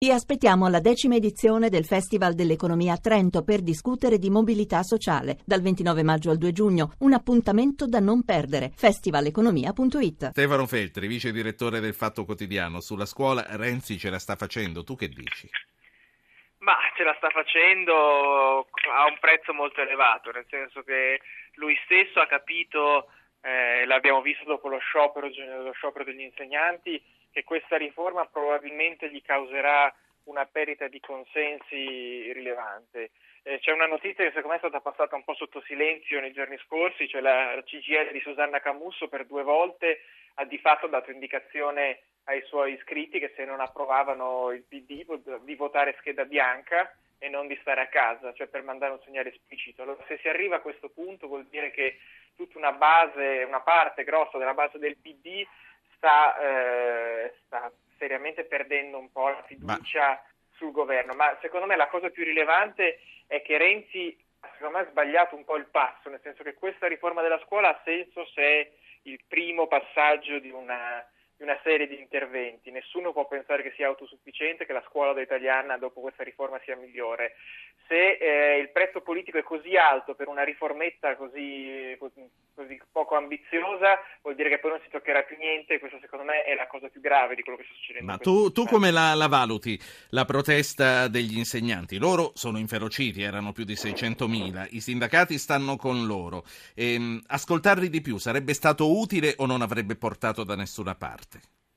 Vi aspettiamo alla 10ª edizione del Festival dell'Economia a Trento per discutere di mobilità sociale. Dal 29 maggio al 2 giugno, un appuntamento da non perdere. festivaleconomia.it. Stefano Feltri, vice direttore del Fatto Quotidiano. Sulla scuola Renzi ce la sta facendo, tu che dici? Ma ce la sta facendo a un prezzo molto elevato, nel senso che lui stesso ha capito, l'abbiamo visto dopo lo sciopero degli insegnanti, che questa riforma probabilmente gli causerà una perdita di consensi rilevante. C'è una notizia che secondo me è stata passata un po' sotto silenzio nei giorni scorsi, cioè la CGIL di Susanna Camusso per 2 volte ha di fatto dato indicazione ai suoi iscritti che se non approvavano il PD di votare scheda bianca e non di stare a casa, cioè per mandare un segnale esplicito. Allora, se si arriva a questo punto vuol dire che tutta una parte grossa della base del PD sta seriamente perdendo un po' la fiducia sul governo, ma secondo me la cosa più rilevante è che Renzi secondo me ha sbagliato un po' il passo, nel senso che questa riforma della scuola ha senso se è il primo passaggio di una serie di interventi. Nessuno può pensare che sia autosufficiente, che la scuola italiana dopo questa riforma sia migliore. Se il prezzo politico è così alto per una riformetta così poco ambiziosa, vuol dire che poi non si toccherà più niente, e questa secondo me è la cosa più grave di quello che sta succedendo. Ma tu come la valuti la protesta degli insegnanti? Loro sono inferociti, erano più di 600.000, i sindacati stanno con loro. Ascoltarli di più sarebbe stato utile o non avrebbe portato da nessuna parte?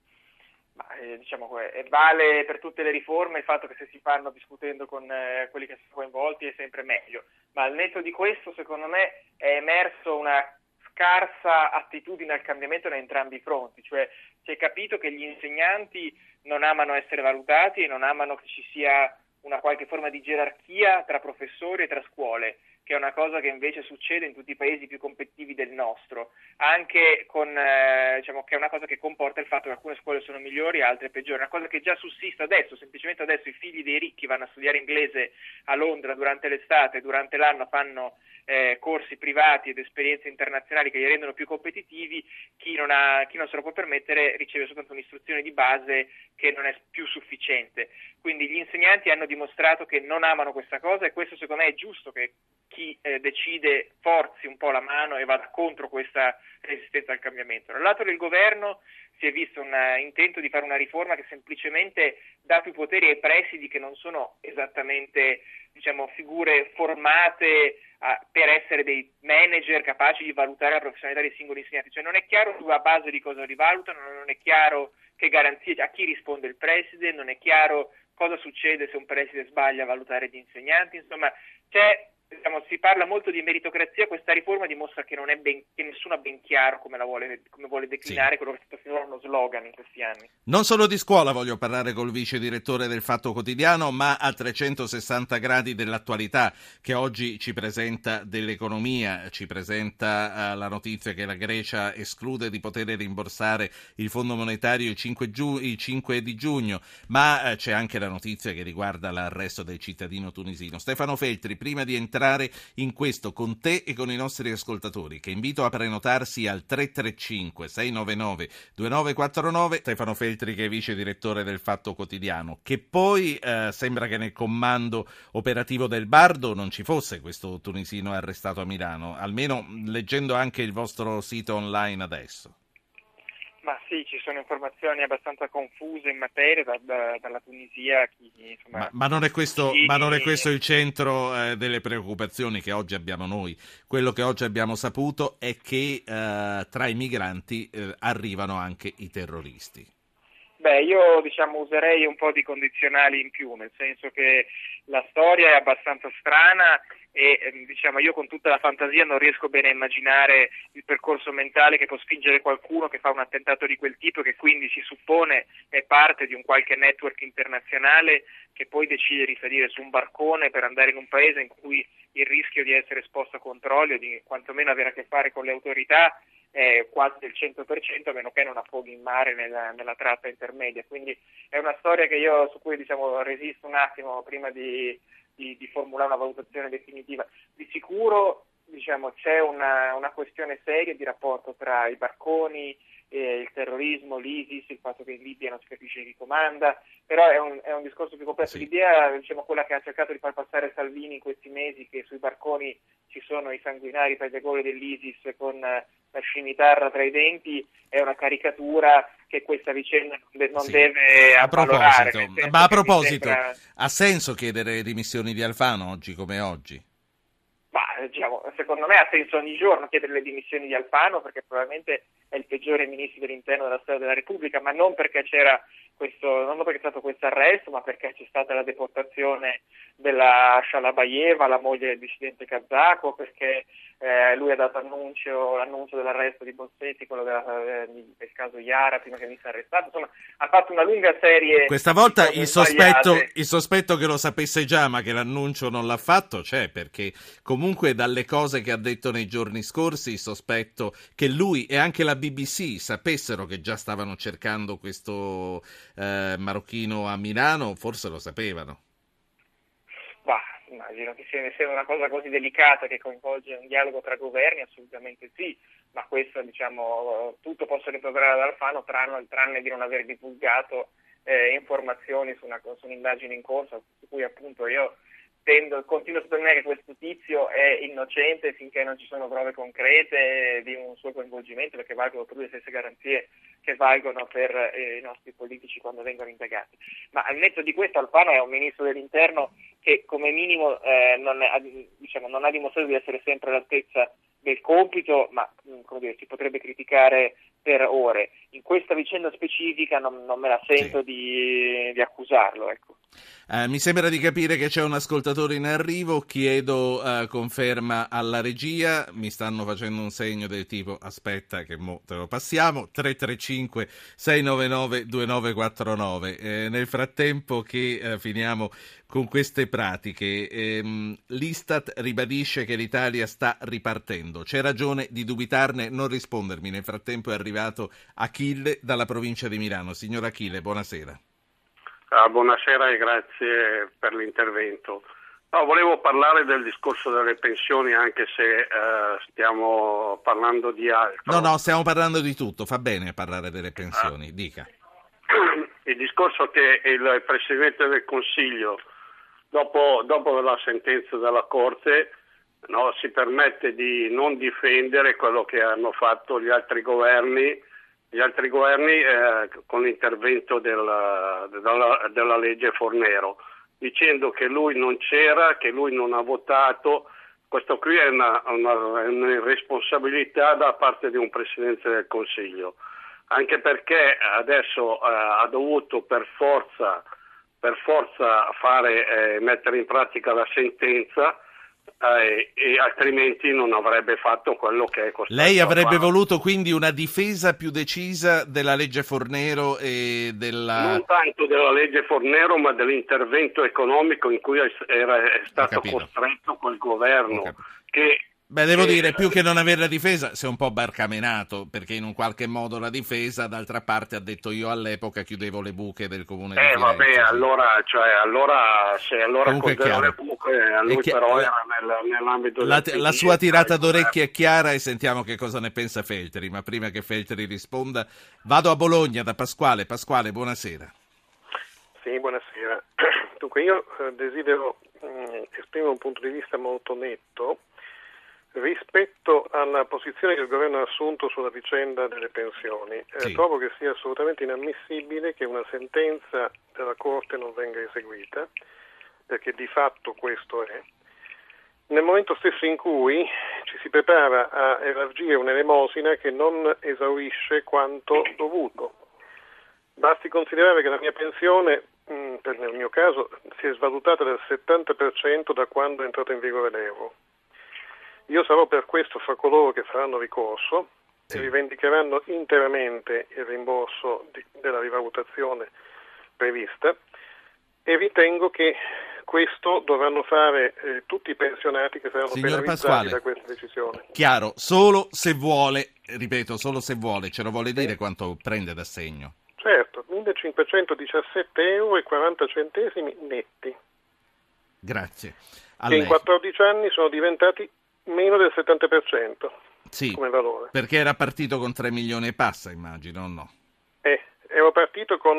Vale per tutte le riforme il fatto che se si fanno discutendo con quelli che sono coinvolti è sempre meglio, ma al netto di questo secondo me è emerso una scarsa attitudine al cambiamento da entrambi i fronti, cioè si è capito che gli insegnanti non amano essere valutati e non amano che ci sia una qualche forma di gerarchia tra professori e tra scuole, che è una cosa che invece succede in tutti i paesi più competitivi del nostro, anche con che è una cosa che comporta il fatto che alcune scuole sono migliori e altre peggiori, una cosa che già sussiste adesso, semplicemente adesso i figli dei ricchi vanno a studiare inglese a Londra durante l'estate, durante l'anno fanno corsi privati ed esperienze internazionali che li rendono più competitivi, chi non se lo può permettere riceve soltanto un'istruzione di base che non è più sufficiente. Quindi gli insegnanti hanno dimostrato che non amano questa cosa, e questo secondo me è giusto che chi decide forzi un po' la mano e vada contro questa resistenza al cambiamento. Dal lato del governo si è visto un intento di fare una riforma che semplicemente dà più poteri ai presidi, che non sono esattamente figure formate per essere dei manager capaci di valutare la professionalità dei singoli insegnanti, cioè non è chiaro sulla base di cosa rivalutano, non è chiaro che garanzie, a chi risponde il preside, non è chiaro cosa succede se un preside sbaglia a valutare gli insegnanti, insomma si parla molto di meritocrazia. Questa riforma dimostra che che nessuno ha ben chiaro come vuole declinare quello che è stato finora uno slogan in questi anni. Non solo di scuola voglio parlare col vice direttore del Fatto Quotidiano, ma a 360 gradi dell'attualità che oggi ci presenta dell'economia, ci presenta la notizia che la Grecia esclude di poter rimborsare il Fondo Monetario il 5 di giugno, ma c'è anche la notizia che riguarda l'arresto del cittadino tunisino. Stefano Feltri, prima di entrare in questo con te e con i nostri ascoltatori, che invito a prenotarsi al 335 699 2949, Stefano Feltri che è vice direttore del Fatto Quotidiano, che poi sembra che nel comando operativo del Bardo non ci fosse questo tunisino arrestato a Milano, almeno leggendo anche il vostro sito online adesso. Ma sì, ci sono informazioni abbastanza confuse in materia dalla Tunisia. Ma non è questo il centro delle preoccupazioni che oggi abbiamo noi. Quello che oggi abbiamo saputo è che tra i migranti arrivano anche i terroristi. Io userei un po' di condizionali in più, nel senso che la storia è abbastanza strana e io con tutta la fantasia non riesco bene a immaginare il percorso mentale che può spingere qualcuno che fa un attentato di quel tipo, che quindi si suppone è parte di un qualche network internazionale, che poi decide di salire su un barcone per andare in un paese in cui il rischio di essere esposto a controlli o di quantomeno avere a che fare con le autorità è quasi del 100%, a meno che non affoghi in mare nella tratta intermedia. Quindi è una storia che su cui resisto un attimo prima di formulare una valutazione definitiva. Di sicuro c'è una questione seria di rapporto tra i barconi il terrorismo, l'ISIS, il fatto che in Libia non si capisce chi comanda, però è un discorso più complesso. Sì. L'idea, diciamo, quella che ha cercato di far passare Salvini in questi mesi, che sui barconi ci sono i sanguinari tagliagole dell'ISIS con la scimitarra tra i denti, è una caricatura che questa vicenda non deve avvalorare. Ma a proposito, ha senso chiedere dimissioni di Alfano oggi come oggi? Ma diciamo, secondo me ha senso ogni giorno chiedere le dimissioni di Alfano, perché probabilmente è il peggiore ministro dell'interno della storia della Repubblica, ma non perché non perché c'è stato questo arresto, ma perché c'è stata la deportazione della Shalabayeva, la moglie del dissidente kazako, perché lui ha dato l'annuncio dell'arresto di Bossetti, quello del caso Iara, prima che venisse arrestato. Insomma, ha fatto una lunga serie. Questa volta di il sospetto che lo sapesse già, ma che l'annuncio non l'ha fatto c'è, perché comunque dalle cose che ha detto nei giorni scorsi, il sospetto che lui e anche la BBC sapessero che già stavano cercando questo marocchino a Milano, forse lo sapevano. Bah, immagino che sia una cosa così delicata che coinvolge un dialogo tra governi, assolutamente sì, ma questo, diciamo, tutto posso rimproverare ad Alfano tranne di non aver divulgato informazioni su un'indagine in corso, su cui appunto io continuo a sostenere che questo tizio è innocente finché non ci sono prove concrete di un suo coinvolgimento, perché valgono per lui le stesse garanzie che valgono per i nostri politici quando vengono indagati. Ma al netto di questo, Alfano è un ministro dell'interno che come minimo non ha dimostrato di essere sempre all'altezza del compito, ma si potrebbe criticare per ore. In questa vicenda specifica non me la sento di accusarlo, ecco. Mi sembra di capire che c'è un ascoltatore in arrivo, chiedo conferma alla regia, mi stanno facendo un segno del tipo aspetta che mo te lo passiamo, 335 699 2949. Nel frattempo che finiamo con queste pratiche, l'Istat ribadisce che l'Italia sta ripartendo, c'è ragione di dubitarne? Non rispondermi, nel frattempo è arrivato Achille dalla provincia di Milano. Signor Achille, buonasera. Buonasera e grazie per l'intervento. Volevo parlare del discorso delle pensioni, anche se stiamo parlando di altro. No, stiamo parlando di tutto, fa bene parlare delle pensioni, dica. Il discorso che il Presidente del Consiglio, dopo la sentenza della Corte, si permette di non difendere quello che hanno fatto gli altri governi con l'intervento della legge Fornero, dicendo che lui non c'era, che lui non ha votato. Questo qui è una irresponsabilità da parte di un Presidente del Consiglio, anche perché adesso ha dovuto per forza mettere in pratica la sentenza, e altrimenti non avrebbe fatto quello che è costretto. Lei avrebbe voluto quindi una difesa più decisa della legge Fornero e non tanto della legge Fornero, ma dell'intervento economico in cui è stato costretto quel governo, che devo dire, più che non avere la difesa, si è un po' barcamenato, perché in un qualche modo la difesa, d'altra parte, ha detto io all'epoca chiudevo le buche del comune di Firenze. Comunque chiudeva le buche, lui però era nell'ambito la sua tirata d'orecchie è chiara e sentiamo che cosa ne pensa Feltri, ma prima che Feltri risponda vado a Bologna da Pasquale. Pasquale, buonasera. Sì, buonasera. Dunque io desidero esprimere un punto di vista molto netto rispetto alla posizione che il governo ha assunto sulla vicenda delle pensioni. Trovo che sia assolutamente inammissibile che una sentenza della Corte non venga eseguita, perché di fatto questo è, nel momento stesso in cui ci si prepara a elargire un'elemosina che non esaurisce quanto dovuto. Basti considerare che la mia pensione, nel mio caso, si è svalutata del 70% da quando è entrato in vigore l'euro. Io sarò per questo fra coloro che faranno ricorso e rivendicheranno interamente il rimborso della rivalutazione prevista, e ritengo che questo dovranno fare tutti i pensionati che saranno penalizzati da questa decisione. Chiaro, solo se vuole, ripeto, solo se vuole, ce lo vuole dire quanto prende d'assegno? Certo, 1.517,40 euro netti. Grazie. Che in 14 anni sono diventati meno del 70%. Sì, come valore. perché era partito con 3 milioni e passa, immagino, o no? Ero partito con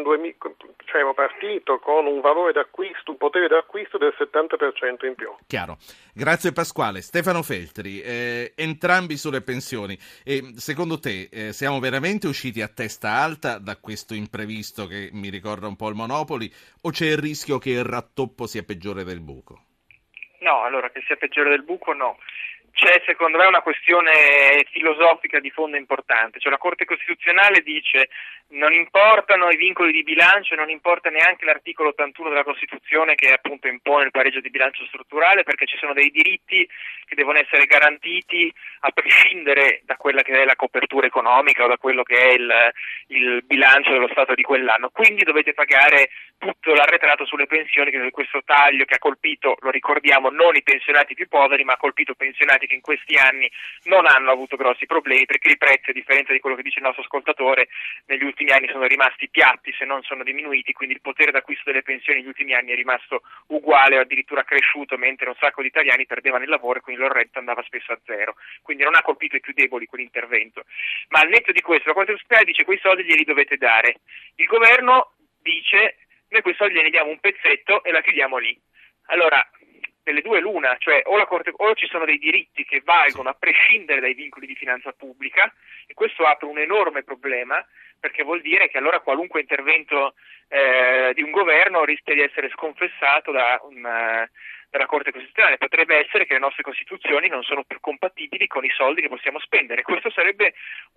un valore d'acquisto, un potere d'acquisto del 70% in più. Chiaro. Grazie Pasquale. Stefano Feltri, entrambi sulle pensioni. Secondo te siamo veramente usciti a testa alta da questo imprevisto che mi ricorda un po' il Monopoli, o c'è il rischio che il rattoppo sia peggiore del buco? No, allora che sia peggiore del buco no. C'è secondo me una questione filosofica di fondo importante, cioè la Corte Costituzionale dice non importano i vincoli di bilancio, non importa neanche l'articolo 81 della Costituzione che appunto impone il pareggio di bilancio strutturale, perché ci sono dei diritti che devono essere garantiti a prescindere da quella che è la copertura economica o da quello che è il bilancio dello Stato di quell'anno, quindi dovete pagare tutto l'arretrato sulle pensioni, che questo taglio che ha colpito, lo ricordiamo, non i pensionati più poveri, ma ha colpito pensionati che in questi anni non hanno avuto grossi problemi, perché i prezzi, a differenza di quello che dice il nostro ascoltatore, negli ultimi anni sono rimasti piatti se non sono diminuiti, quindi il potere d'acquisto delle pensioni negli ultimi anni è rimasto uguale o addirittura cresciuto, mentre un sacco di italiani perdevano il lavoro e quindi il loro reddito andava spesso a zero, quindi non ha colpito i più deboli quell'intervento. Ma al netto di questo, la Corte Costituzionale dice quei soldi glieli dovete dare, il governo dice noi quei soldi ne diamo un pezzetto e la chiudiamo lì. Allora, delle due l'una, cioè o ci sono dei diritti che valgono a prescindere dai vincoli di finanza pubblica, e questo apre un enorme problema, perché vuol dire che allora qualunque intervento di un governo rischia di essere sconfessato dalla Corte Costituzionale. Potrebbe essere che le nostre Costituzioni non sono più compatibili con i soldi che possiamo spendere. Questo sarebbe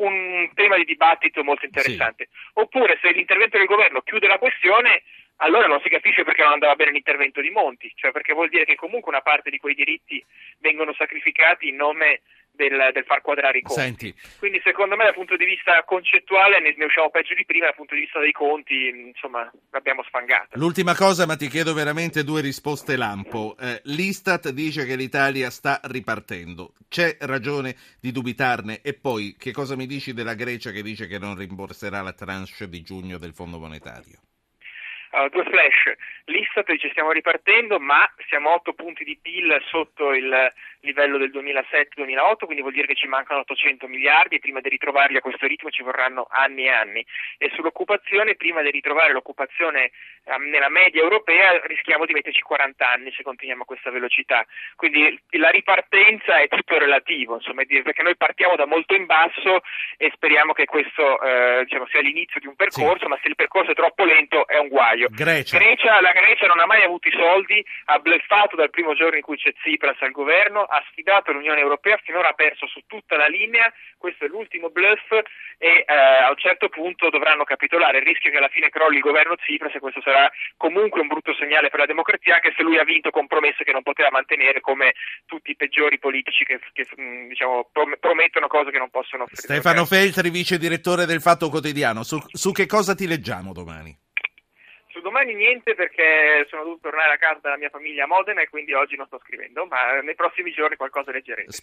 un tema di dibattito molto interessante. Sì. Oppure se l'intervento del governo chiude la questione, allora non si capisce perché non andava bene l'intervento di Monti, cioè perché vuol dire che comunque una parte di quei diritti vengono sacrificati in nome del far quadrare i conti. Senti. Quindi secondo me dal punto di vista concettuale ne usciamo peggio di prima, dal punto di vista dei conti insomma l'abbiamo sfangata. L'ultima cosa, ma ti chiedo veramente 2 risposte lampo. L'Istat dice che l'Italia sta ripartendo, c'è ragione di dubitarne? E poi che cosa mi dici della Grecia che dice che non rimborserà la tranche di giugno del Fondo Monetario? 2 flash. L'Istat dice stiamo ripartendo, ma siamo 8 punti di PIL sotto il livello del 2007-2008, quindi vuol dire che ci mancano 800 miliardi e prima di ritrovarli a questo ritmo ci vorranno anni e anni. E sull'occupazione, prima di ritrovare l'occupazione nella media europea, rischiamo di metterci 40 anni se continuiamo a questa velocità. Quindi la ripartenza è tutto relativo, insomma, perché noi partiamo da molto in basso e speriamo che questo sia l'inizio di un percorso, sì. Ma se il percorso è troppo lento è un guaio. La Grecia non ha mai avuto i soldi, ha bluffato dal primo giorno in cui c'è Tsipras al governo, ha sfidato l'Unione Europea, finora ha perso su tutta la linea, questo è l'ultimo bluff e a un certo punto dovranno capitolare. Il rischio è che alla fine crolli il governo Tsipras e questo sarà comunque un brutto segnale per la democrazia, anche se lui ha vinto con promesse che non poteva mantenere, come tutti i peggiori politici che promettono cose che non possono offrire. Stefano Feltri, vice direttore del Fatto Quotidiano, su che cosa ti leggiamo domani? Domani niente, perché sono dovuto tornare a casa dalla mia famiglia a Modena e quindi oggi non sto scrivendo, ma nei prossimi giorni qualcosa leggerete.